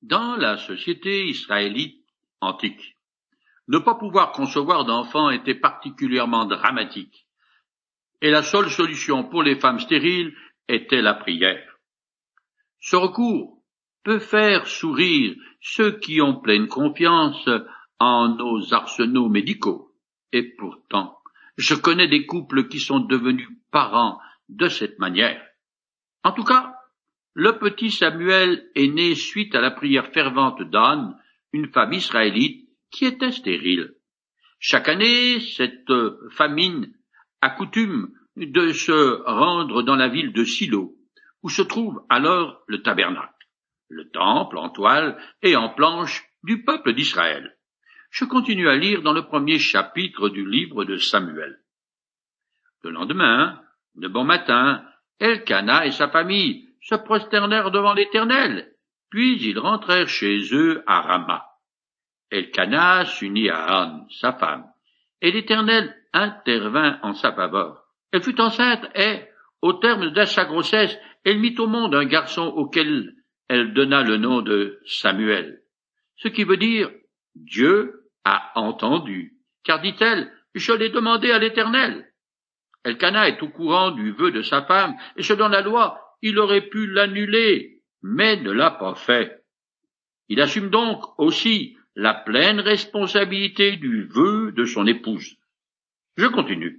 Dans la société israélite antique, ne pas pouvoir concevoir d'enfants était particulièrement dramatique, et la seule solution pour les femmes stériles était la prière. Ce recours peut faire sourire ceux qui ont pleine confiance en nos arsenaux médicaux, et pourtant, je connais des couples qui sont devenus parents de cette manière. En tout cas, le petit Samuel est né suite à la prière fervente d'Anne, une femme israélite qui était stérile. Chaque année, cette famine a coutume de se rendre dans la ville de Silo, où se trouve alors le tabernacle, le temple en toile et en planche du peuple d'Israël. Je continue à lire dans le premier chapitre du livre de Samuel. Le lendemain, de bon matin, Elkana et sa famille se prosternèrent devant l'Éternel, puis ils rentrèrent chez eux à Rama. Elkana s'unit à Anne, sa femme, et l'Éternel intervint en sa faveur. Elle fut enceinte et, au terme de sa grossesse, elle mit au monde un garçon auquel elle donna le nom de Samuel, ce qui veut dire « Dieu a entendu », car, dit-elle, « je l'ai demandé à l'Éternel ». Elkana est au courant du vœu de sa femme, et selon la loi, il aurait pu l'annuler, mais ne l'a pas fait. Il assume donc aussi la pleine responsabilité du vœu de son épouse. Je continue.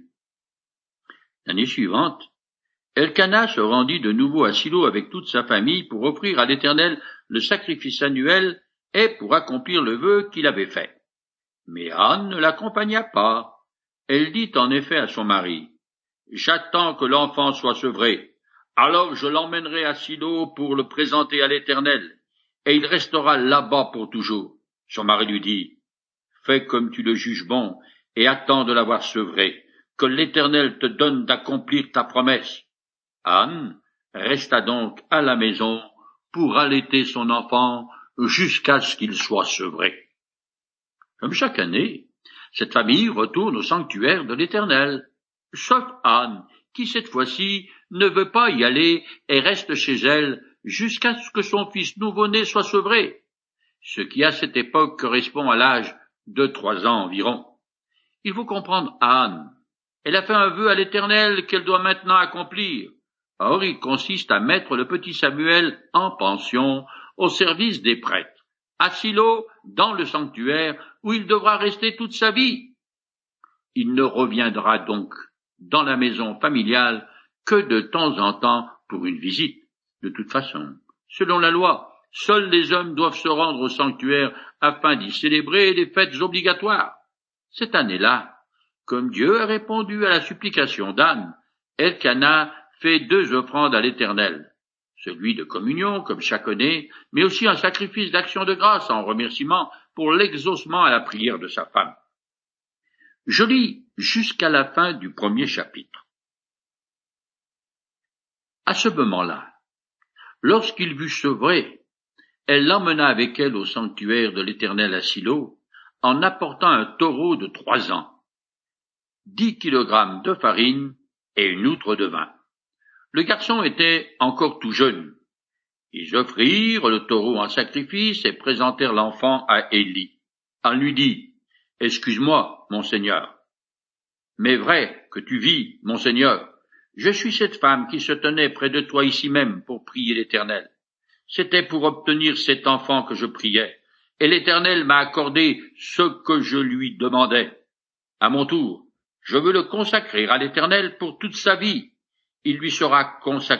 L'année suivante, Elkana se rendit de nouveau à Silo avec toute sa famille pour offrir à l'Éternel le sacrifice annuel et pour accomplir le vœu qu'il avait fait. Mais Anne ne l'accompagna pas. Elle dit en effet à son mari, « J'attends que l'enfant soit sevré, alors je l'emmènerai à Silo pour le présenter à l'Éternel, et il restera là-bas pour toujours. » Son mari lui dit, « Fais comme tu le juges bon, et attends de l'avoir sevré, que l'Éternel te donne d'accomplir ta promesse. » Anne resta donc à la maison pour allaiter son enfant jusqu'à ce qu'il soit sevré. Comme chaque année, cette famille retourne au sanctuaire de l'Éternel, sauf Anne, qui cette fois-ci ne veut pas y aller et reste chez elle jusqu'à ce que son fils nouveau-né soit sevré, ce qui à cette époque correspond à l'âge de 3 ans environ. Il faut comprendre Anne. Elle a fait un vœu à l'Éternel qu'elle doit maintenant accomplir. Or, il consiste à mettre le petit Samuel en pension au service des prêtres, à Silo, dans le sanctuaire, où il devra rester toute sa vie. Il ne reviendra donc dans la maison familiale que de temps en temps pour une visite. De toute façon, selon la loi, seuls les hommes doivent se rendre au sanctuaire afin d'y célébrer les fêtes obligatoires. Cette année-là, comme Dieu a répondu à la supplication d'Anne, Elkana fait 2 offrandes à l'Éternel, celui de communion comme chaque année, mais aussi un sacrifice d'action de grâce en remerciement pour l'exaucement à la prière de sa femme. Je lis jusqu'à la fin du premier chapitre. À ce moment-là, lorsqu'il vut sevrer, elle l'emmena avec elle au sanctuaire de l'Éternel à Silo, en apportant un taureau de 3 ans, 10 kilogrammes de farine et une outre de vin. Le garçon était encore tout jeune. Ils offrirent le taureau en sacrifice et présentèrent l'enfant à Élie. On lui dit, « Excuse-moi, mon Seigneur, mais vrai que tu vis, mon Seigneur, je suis cette femme qui se tenait près de toi ici même pour prier l'Éternel. C'était pour obtenir cet enfant que je priais, et l'Éternel m'a accordé ce que je lui demandais. À mon tour, je veux le consacrer à l'Éternel pour toute sa vie. Il lui sera consacré. »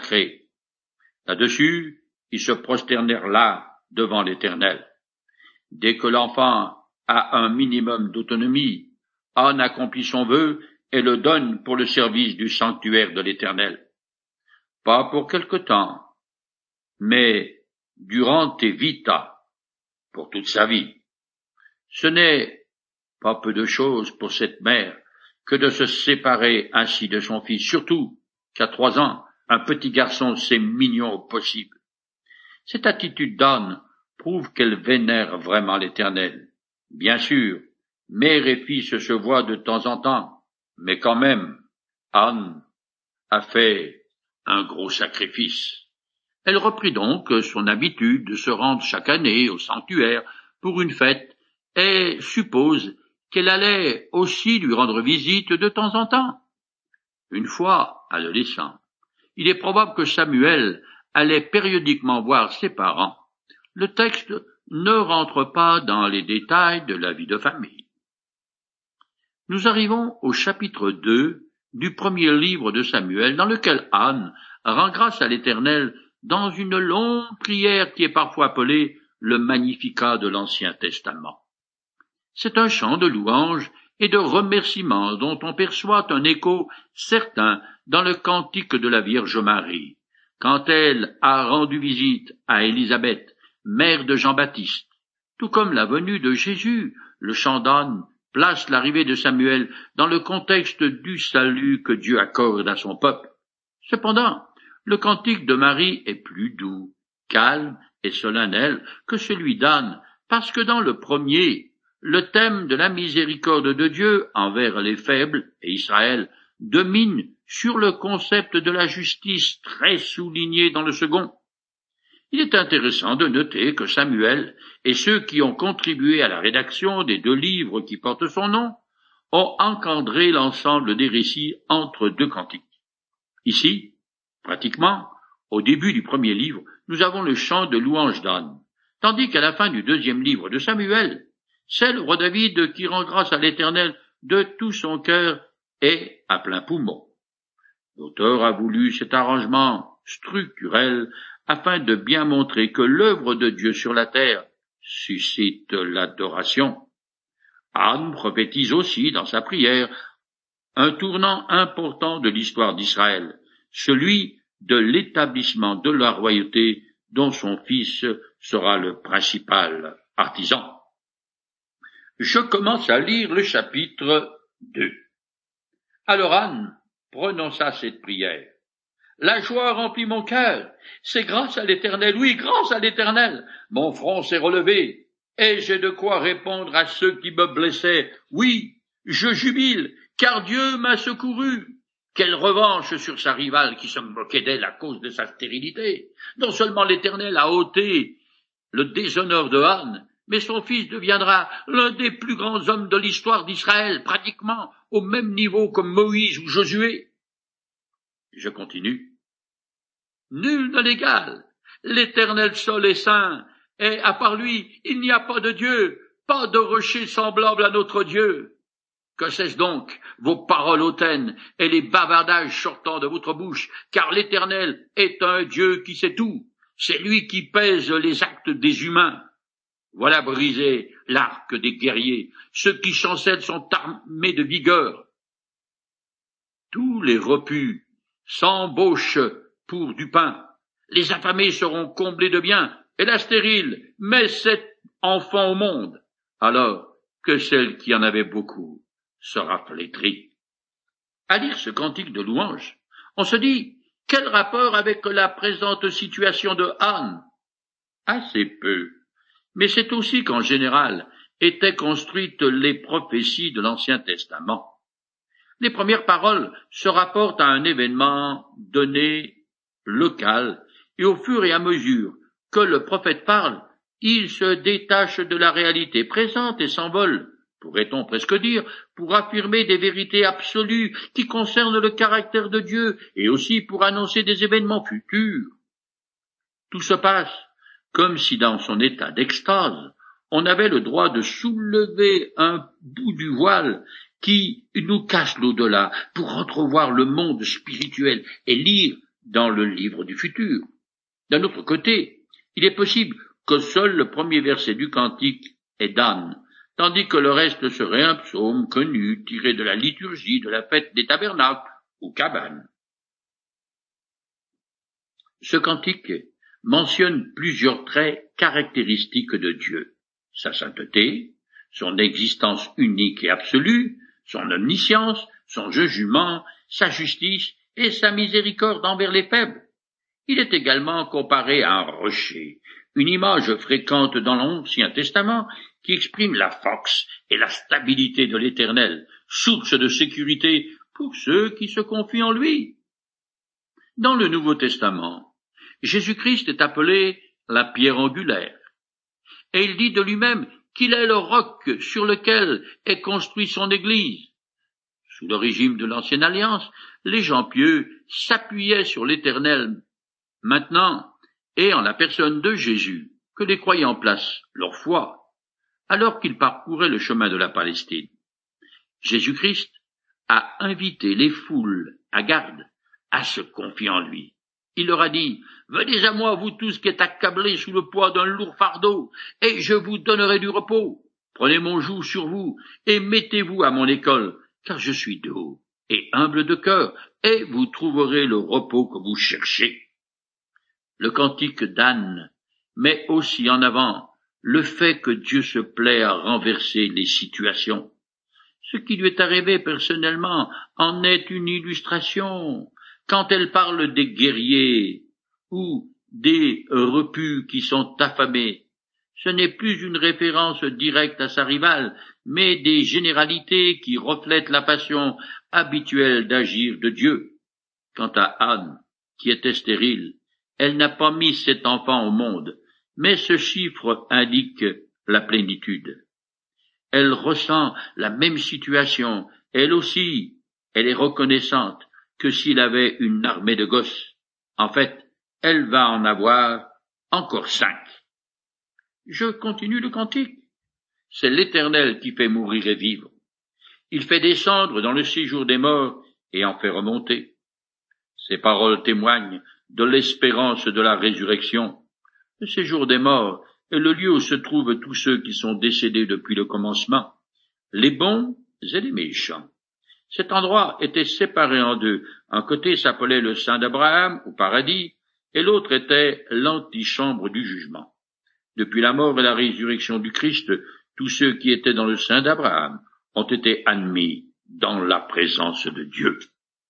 Là-dessus, ils se prosternèrent là devant l'Éternel. Dès que l'enfant a un minimum d'autonomie, Anne accomplit son vœu et le donne pour le service du sanctuaire de l'Éternel. Pas pour quelque temps, mais durant tes vitas, pour toute sa vie. Ce n'est pas peu de choses pour cette mère que de se séparer ainsi de son fils, surtout qu'à 3 ans, un petit garçon c'est mignon au possible. Cette attitude d'Anne prouve qu'elle vénère vraiment l'Éternel. Bien sûr, mère et fils se voient de temps en temps, mais quand même, Anne a fait un gros sacrifice. Elle reprit donc son habitude de se rendre chaque année au sanctuaire pour une fête et suppose qu'elle allait aussi lui rendre visite de temps en temps. Une fois adolescent, il est probable que Samuel allait périodiquement voir ses parents. Le texte ne rentre pas dans les détails de la vie de famille. Nous arrivons au chapitre 2 du premier livre de Samuel, dans lequel Anne rend grâce à l'Éternel dans une longue prière qui est parfois appelée le Magnificat de l'Ancien Testament. C'est un chant de louange et de remerciement dont on perçoit un écho certain dans le cantique de la Vierge Marie, quand elle a rendu visite à Élisabeth, mère de Jean-Baptiste. Tout comme la venue de Jésus, le chant d'Anne place l'arrivée de Samuel dans le contexte du salut que Dieu accorde à son peuple. Cependant, le cantique de Marie est plus doux, calme et solennel que celui d'Anne, parce que dans le premier, le thème de la miséricorde de Dieu envers les faibles et Israël domine sur le concept de la justice très souligné dans le second. Il est intéressant de noter que Samuel et ceux qui ont contribué à la rédaction des 2 livres qui portent son nom ont encadré l'ensemble des récits entre 2 cantiques. Ici, pratiquement, au début du premier livre, nous avons le chant de louange d'Anne, tandis qu'à la fin du 2e livre de Samuel, c'est le roi David qui rend grâce à l'Éternel de tout son cœur et à plein poumon. L'auteur a voulu cet arrangement structurel afin de bien montrer que l'œuvre de Dieu sur la terre suscite l'adoration. Anne prophétise aussi dans sa prière un tournant important de l'histoire d'Israël, celui de l'établissement de la royauté dont son fils sera le principal artisan. Je commence à lire le chapitre 2. Alors Anne prononça cette prière. La joie remplit mon cœur. C'est grâce à l'Éternel, oui, grâce à l'Éternel. Mon front s'est relevé, et j'ai de quoi répondre à ceux qui me blessaient. Oui, je jubile, car Dieu m'a secouru. Quelle revanche sur sa rivale qui se moquait d'elle à cause de sa stérilité. Non seulement l'Éternel a ôté le déshonneur de Anne, mais son fils deviendra l'un des plus grands hommes de l'histoire d'Israël, pratiquement au même niveau que Moïse ou Josué. Je continue. Nul ne l'égale. L'Éternel seul est saint, et à part lui, il n'y a pas de Dieu, pas de rocher semblable à notre Dieu. Que cessent donc vos paroles hautaines et les bavardages sortant de votre bouche, car l'Éternel est un Dieu qui sait tout. C'est lui qui pèse les actes des humains. Voilà brisé l'arc des guerriers. Ceux qui chancellent sont armés de vigueur. Tous les repus s'embauchent pour du pain. Les affamés seront comblés de biens, et la stérile met 7 enfants au monde, alors que celle qui en avait beaucoup sera flétrie. À lire ce cantique de louange, on se dit, quel rapport avec la présente situation de Anne? Assez peu. Mais c'est aussi qu'en général étaient construites les prophéties de l'Ancien Testament. Les premières paroles se rapportent à un événement donné, local, et au fur et à mesure que le prophète parle, il se détache de la réalité présente et s'envole, pourrait-on presque dire, pour affirmer des vérités absolues qui concernent le caractère de Dieu et aussi pour annoncer des événements futurs. Tout se passe comme si dans son état d'extase, on avait le droit de soulever un bout du voile qui nous cache l'au-delà pour entrevoir le monde spirituel et lire dans le livre du futur. D'un autre côté, il est possible que seul le premier verset du cantique est d'Anne, tandis que le reste serait un psaume connu tiré de la liturgie de la fête des tabernacles ou cabanes. Ce cantique mentionne plusieurs traits caractéristiques de Dieu, sa sainteté, son existence unique et absolue, son omniscience, son jugement, sa justice et sa miséricorde envers les faibles. Il est également comparé à un rocher, une image fréquente dans l'Ancien Testament qui exprime la force et la stabilité de l'Éternel, source de sécurité pour ceux qui se confient en lui. Dans le Nouveau Testament, Jésus-Christ est appelé la pierre angulaire. Et il dit de lui-même qu'il est le roc sur lequel est construit son Église. Sous le régime de l'Ancienne Alliance, les gens pieux s'appuyaient sur l'Éternel. Maintenant, et en la personne de Jésus, que les croyants placent leur foi, alors qu'ils parcouraient le chemin de la Palestine. Jésus-Christ a invité les foules à garde à se confier en lui. Il leur a dit, « Venez à moi, vous tous qui êtes accablés sous le poids d'un lourd fardeau, et je vous donnerai du repos. Prenez mon joug sur vous, et mettez-vous à mon école, car je suis doux et humble de cœur, et vous trouverez le repos que vous cherchez. » Le cantique d'Anne met aussi en avant le fait que Dieu se plaît à renverser les situations. Ce qui lui est arrivé personnellement en est une illustration. Quand elle parle des guerriers ou des repus qui sont affamés, ce n'est plus une référence directe à sa rivale, mais des généralités qui reflètent la façon habituelle d'agir de Dieu. Quant à Anne, qui était stérile, elle n'a pas mis cet enfant au monde, mais ce chiffre indique la plénitude. Elle ressent la même situation, elle aussi, elle est reconnaissante que s'il avait une armée de gosses. En fait, elle va en avoir encore 5. Je continue le cantique. C'est l'Éternel qui fait mourir et vivre. Il fait descendre dans le séjour des morts et en fait remonter. Ces paroles témoignent de l'espérance de la résurrection. Le séjour des morts est le lieu où se trouvent tous ceux qui sont décédés depuis le commencement, les bons et les méchants. Cet endroit était séparé en deux. Un côté s'appelait le sein d'Abraham, au paradis, et l'autre était l'antichambre du jugement. Depuis la mort et la résurrection du Christ, tous ceux qui étaient dans le sein d'Abraham ont été admis dans la présence de Dieu.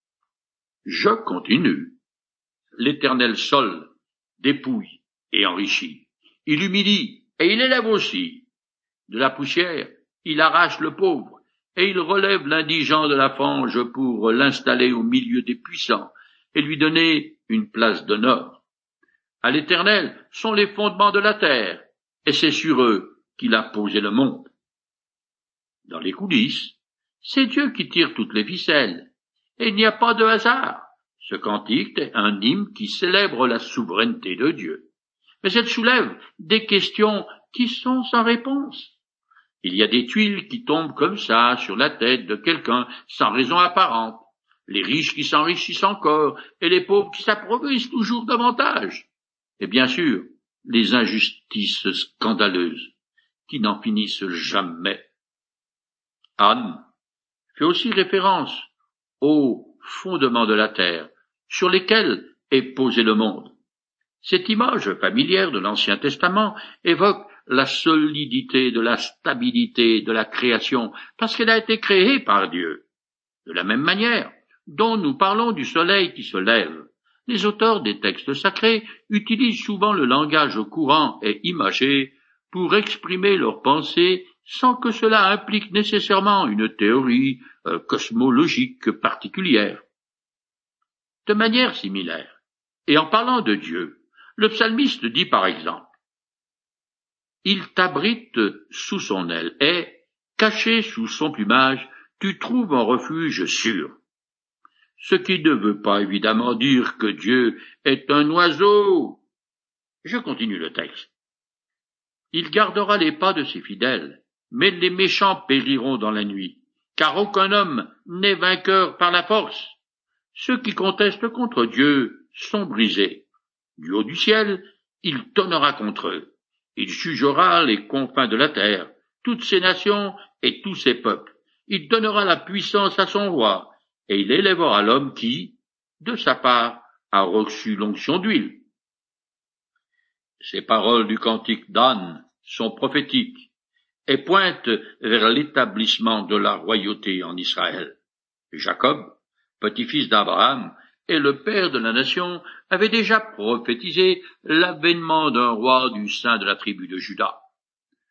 Je continue. L'Éternel sol, dépouille et enrichit. Il humilie et il élève aussi. De la poussière, il arrache le pauvre et il relève l'indigent de la fange pour l'installer au milieu des puissants et lui donner une place d'honneur. À l'Éternel sont les fondements de la terre, et c'est sur eux qu'il a posé le monde. Dans les coulisses, c'est Dieu qui tire toutes les ficelles, et il n'y a pas de hasard. Ce cantique est un hymne qui célèbre la souveraineté de Dieu. Mais elle soulève des questions qui sont sans réponse. Il y a des tuiles qui tombent comme ça sur la tête de quelqu'un sans raison apparente, les riches qui s'enrichissent encore, et les pauvres qui s'appauvrissent toujours davantage. Et bien sûr, les injustices scandaleuses qui n'en finissent jamais. Anne fait aussi référence aux fondements de la terre sur lesquels est posé le monde. Cette image familière de l'Ancien Testament évoque la solidité de la stabilité de la création parce qu'elle a été créée par Dieu. De la même manière dont nous parlons du soleil qui se lève, les auteurs des textes sacrés utilisent souvent le langage courant et imagé pour exprimer leurs pensées sans que cela implique nécessairement une théorie cosmologique particulière. De manière similaire, et en parlant de Dieu, le psalmiste dit par exemple « Il t'abrite sous son aile et, caché sous son plumage, tu trouves un refuge sûr. » Ce qui ne veut pas évidemment dire que Dieu est un oiseau. Je continue le texte. Il gardera les pas de ses fidèles, mais les méchants périront dans la nuit, car aucun homme n'est vainqueur par la force. Ceux qui contestent contre Dieu sont brisés. Du haut du ciel, il tonnera contre eux. Il jugera les confins de la terre, toutes ces nations et tous ces peuples. Il donnera la puissance à son roi, et il élèvera l'homme qui, de sa part, a reçu l'onction d'huile. Ces paroles du cantique d'Anne sont prophétiques et pointent vers l'établissement de la royauté en Israël. Jacob, petit-fils d'Abraham et le père de la nation, avait déjà prophétisé l'avènement d'un roi du sein de la tribu de Juda.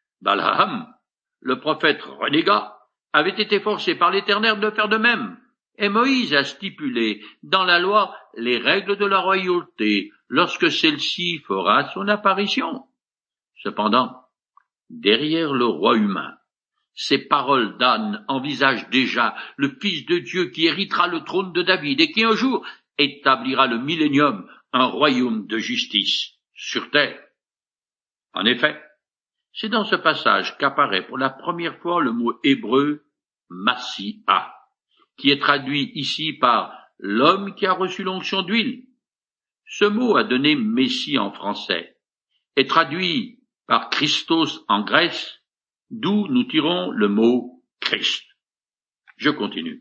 Balaam, le prophète renégat, avait été forcé par l'Éternel de faire de même, Et Moïse a stipulé dans la loi les règles de la royauté lorsque celle-ci fera son apparition. Cependant, derrière le roi humain, ces paroles d'Anne envisagent déjà le Fils de Dieu qui héritera le trône de David et qui un jour établira le millénium, un royaume de justice sur terre. En effet, c'est dans ce passage qu'apparaît pour la première fois le mot hébreu Massia, qui est traduit ici par l'homme qui a reçu l'onction d'huile. Ce mot a donné Messie en français, est traduit par Christos en Grèce, d'où nous tirons le mot Christ. Je continue.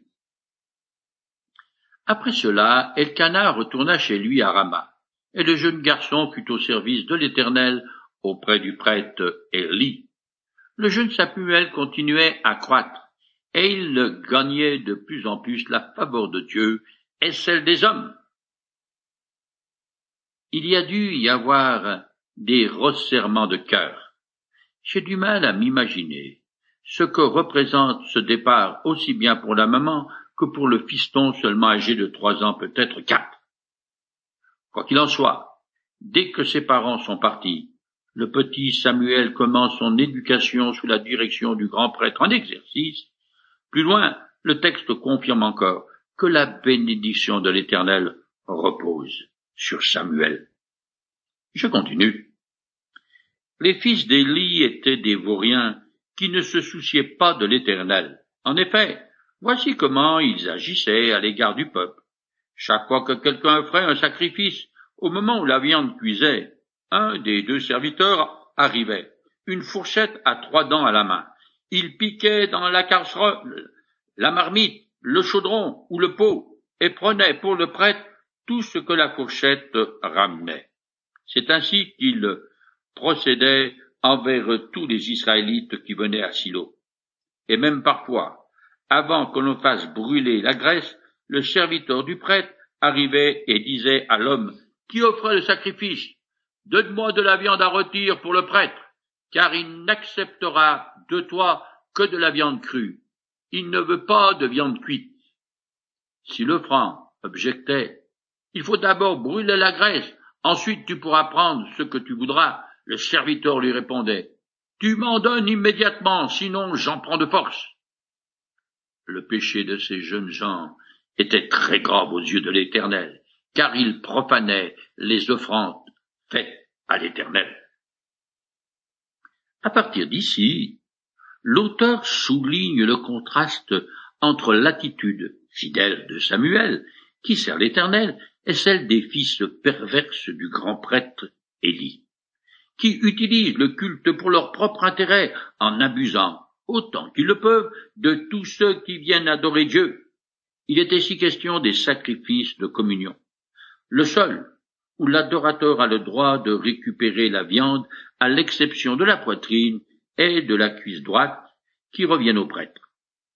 Après cela, Elkana retourna chez lui à Rama, et le jeune garçon fut au service de l'Éternel auprès du prêtre Élie. Le jeune Samuel continuait à croître, et il gagnait de plus en plus la faveur de Dieu et celle des hommes. Il y a dû y avoir des resserrements de cœur. J'ai du mal à m'imaginer ce que représente ce départ aussi bien pour la maman que pour le fiston seulement âgé de 3 ans, peut-être 4. Quoi qu'il en soit, dès que ses parents sont partis, le petit Samuel commence son éducation sous la direction du grand prêtre en exercice. Plus loin, le texte confirme encore que la bénédiction de l'Éternel repose sur Samuel. Je continue. Les fils d'Élie étaient des vauriens qui ne se souciaient pas de l'Éternel. En effet, voici comment ils agissaient à l'égard du peuple. Chaque fois que quelqu'un ferait un sacrifice, au moment où la viande cuisait, un des 2 serviteurs arrivait, une fourchette à 3 dents à la main. Il piquait dans la casserole, la marmite, le chaudron ou le pot, et prenait pour le prêtre tout ce que la fourchette ramenait. C'est ainsi qu'il procédait envers tous les Israélites qui venaient à Silo. Et même parfois, avant que l'on fasse brûler la graisse, le serviteur du prêtre arrivait et disait à l'homme qui offrait le sacrifice, « Donne-moi de la viande à rôtir pour le prêtre, car il n'acceptera de toi que de la viande crue. Il ne veut pas de viande cuite. » Si l'offrant objectait, « Il faut d'abord brûler la graisse, ensuite tu pourras prendre ce que tu voudras. » Le serviteur lui répondait, « Tu m'en donnes immédiatement, sinon j'en prends de force. » Le péché de ces jeunes gens était très grave aux yeux de l'Éternel, car ils profanaient les offrandes faites à l'Éternel. À partir d'ici, l'auteur souligne le contraste entre l'attitude fidèle de Samuel, qui sert l'Éternel, et celle des fils perverses du grand prêtre Élie, qui utilisent le culte pour leur propre intérêt en abusant, autant qu'ils le peuvent, de tous ceux qui viennent adorer Dieu. Il est ici question des sacrifices de communion, le seul où l'adorateur a le droit de récupérer la viande, à l'exception de la poitrine et de la cuisse droite, qui reviennent au prêtre.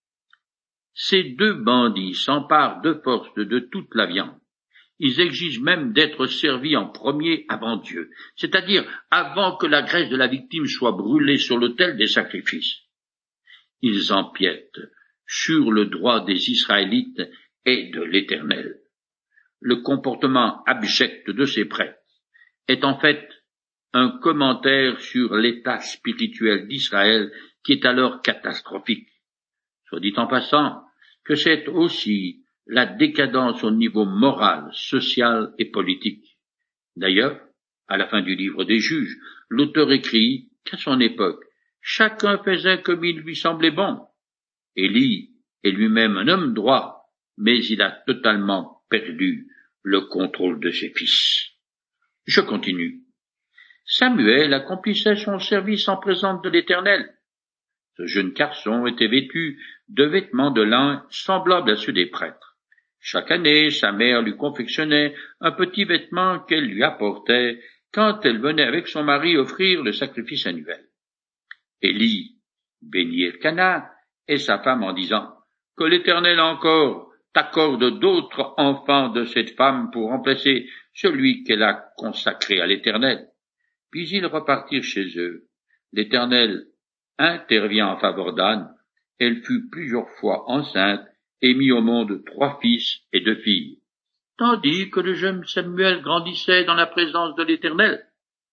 Ces 2 bandits s'emparent de force de toute la viande. Ils exigent même d'être servis en premier avant Dieu, c'est-à-dire avant que la graisse de la victime soit brûlée sur l'autel des sacrifices. Ils empiètent sur le droit des Israélites et de l'Éternel. Le comportement abject de ces prêtres est en fait un commentaire sur l'état spirituel d'Israël qui est alors catastrophique. Soit dit en passant que c'est aussi la décadence au niveau moral, social et politique. D'ailleurs, à la fin du livre des Juges, l'auteur écrit qu'à son époque, chacun faisait comme il lui semblait bon. Élie est lui-même un homme droit, mais il a totalement perdu le contrôle de ses fils. Je continue. Samuel accomplissait son service en présence de l'Éternel. Ce jeune garçon était vêtu de vêtements de lin semblables à ceux des prêtres. Chaque année, sa mère lui confectionnait un petit vêtement qu'elle lui apportait quand elle venait avec son mari offrir le sacrifice annuel. Élie bénit Elkana et sa femme en disant « Que l'Éternel encore t'accorde d'autres enfants de cette femme pour remplacer celui qu'elle a consacré à l'Éternel. » Puis ils repartirent chez eux. L'Éternel intervient en faveur d'Anne. Elle fut plusieurs fois enceinte et mit au monde 3 fils et 2 filles, tandis que le jeune Samuel grandissait dans la présence de l'Éternel.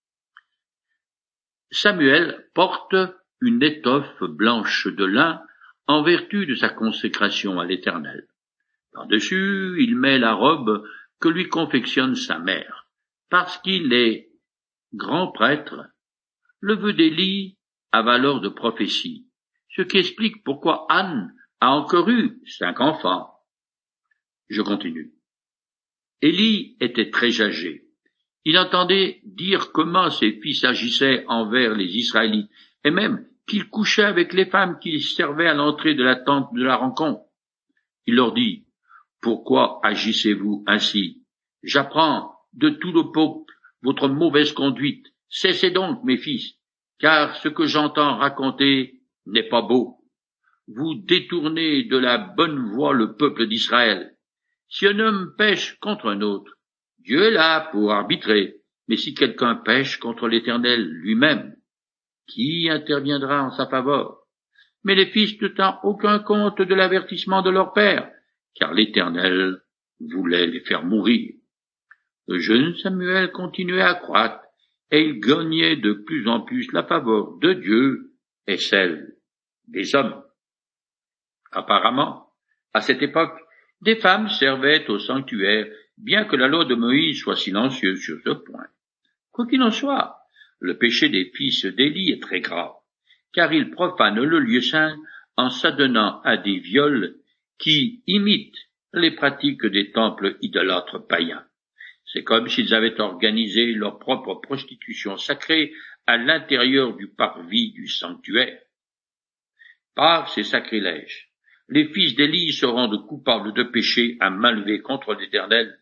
Samuel porte une étoffe blanche de lin en vertu de sa consécration à l'Éternel. Par-dessus, il met la robe que lui confectionne sa mère, parce qu'il est grand prêtre. Le vœu d'Élie a valeur de prophétie, ce qui explique pourquoi Anne a encore eu 5 enfants. Je continue. Élie était très âgé. Il entendait dire comment ses fils agissaient envers les Israélites, et même qu'il couchait avec les femmes qui servaient à l'entrée de la tente de la rencontre. Il leur dit, « Pourquoi agissez-vous ainsi? J'apprends de tout le peuple votre mauvaise conduite. Cessez donc, mes fils, car ce que j'entends raconter n'est pas beau. Vous détournez de la bonne voie le peuple d'Israël. Si un homme pêche contre un autre, Dieu est là pour arbitrer, mais si quelqu'un pêche contre l'Éternel lui-même, qui interviendra en sa faveur? Mais les fils ne tinrent aucun compte de l'avertissement de leur père, car l'Éternel voulait les faire mourir. Le jeune Samuel continuait à croître, et il gagnait de plus en plus la faveur de Dieu et celle des hommes. Apparemment, à cette époque, des femmes servaient au sanctuaire, bien que la loi de Moïse soit silencieuse sur ce point. Quoi qu'il en soit, le péché des fils d'Élie est très grave, car ils profanent le lieu saint en s'adonnant à des viols qui imitent les pratiques des temples idolâtres païens. C'est comme s'ils avaient organisé leur propre prostitution sacrée à l'intérieur du parvis du sanctuaire. Par ces sacrilèges, les fils d'Élie se rendent coupables de péchés à main levée contre l'Éternel,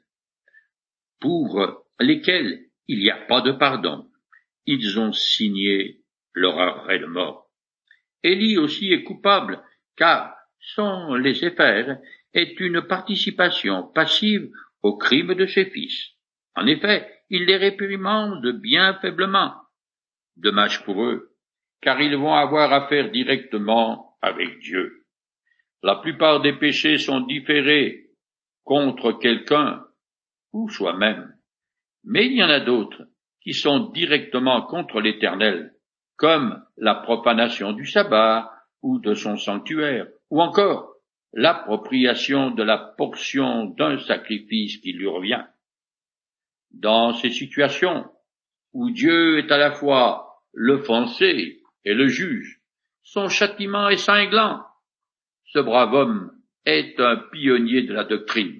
pour lesquels il n'y a pas de pardon. Ils ont signé leur arrêt de mort. Élie aussi est coupable, car son laisser-faire est une participation passive au crime de ses fils. En effet, il les réprimande bien faiblement. Dommage pour eux, car ils vont avoir affaire directement avec Dieu. La plupart des péchés sont différés contre quelqu'un ou soi-même, mais il y en a d'autres qui sont directement contre l'Éternel, comme la profanation du sabbat ou de son sanctuaire, ou encore l'appropriation de la portion d'un sacrifice qui lui revient. Dans ces situations où Dieu est à la fois l'offensé et le juge, son châtiment est cinglant. Ce brave homme est un pionnier de la doctrine.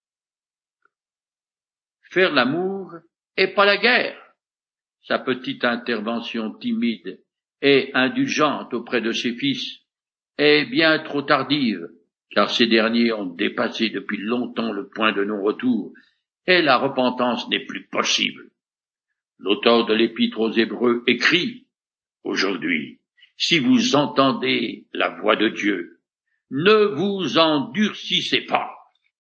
Faire l'amour et pas la guerre. Sa petite intervention timide et indulgente auprès de ses fils est bien trop tardive, car ces derniers ont dépassé depuis longtemps le point de non-retour, et la repentance n'est plus possible. L'auteur de l'Épître aux Hébreux écrit, « Aujourd'hui, si vous entendez la voix de Dieu, ne vous endurcissez pas. »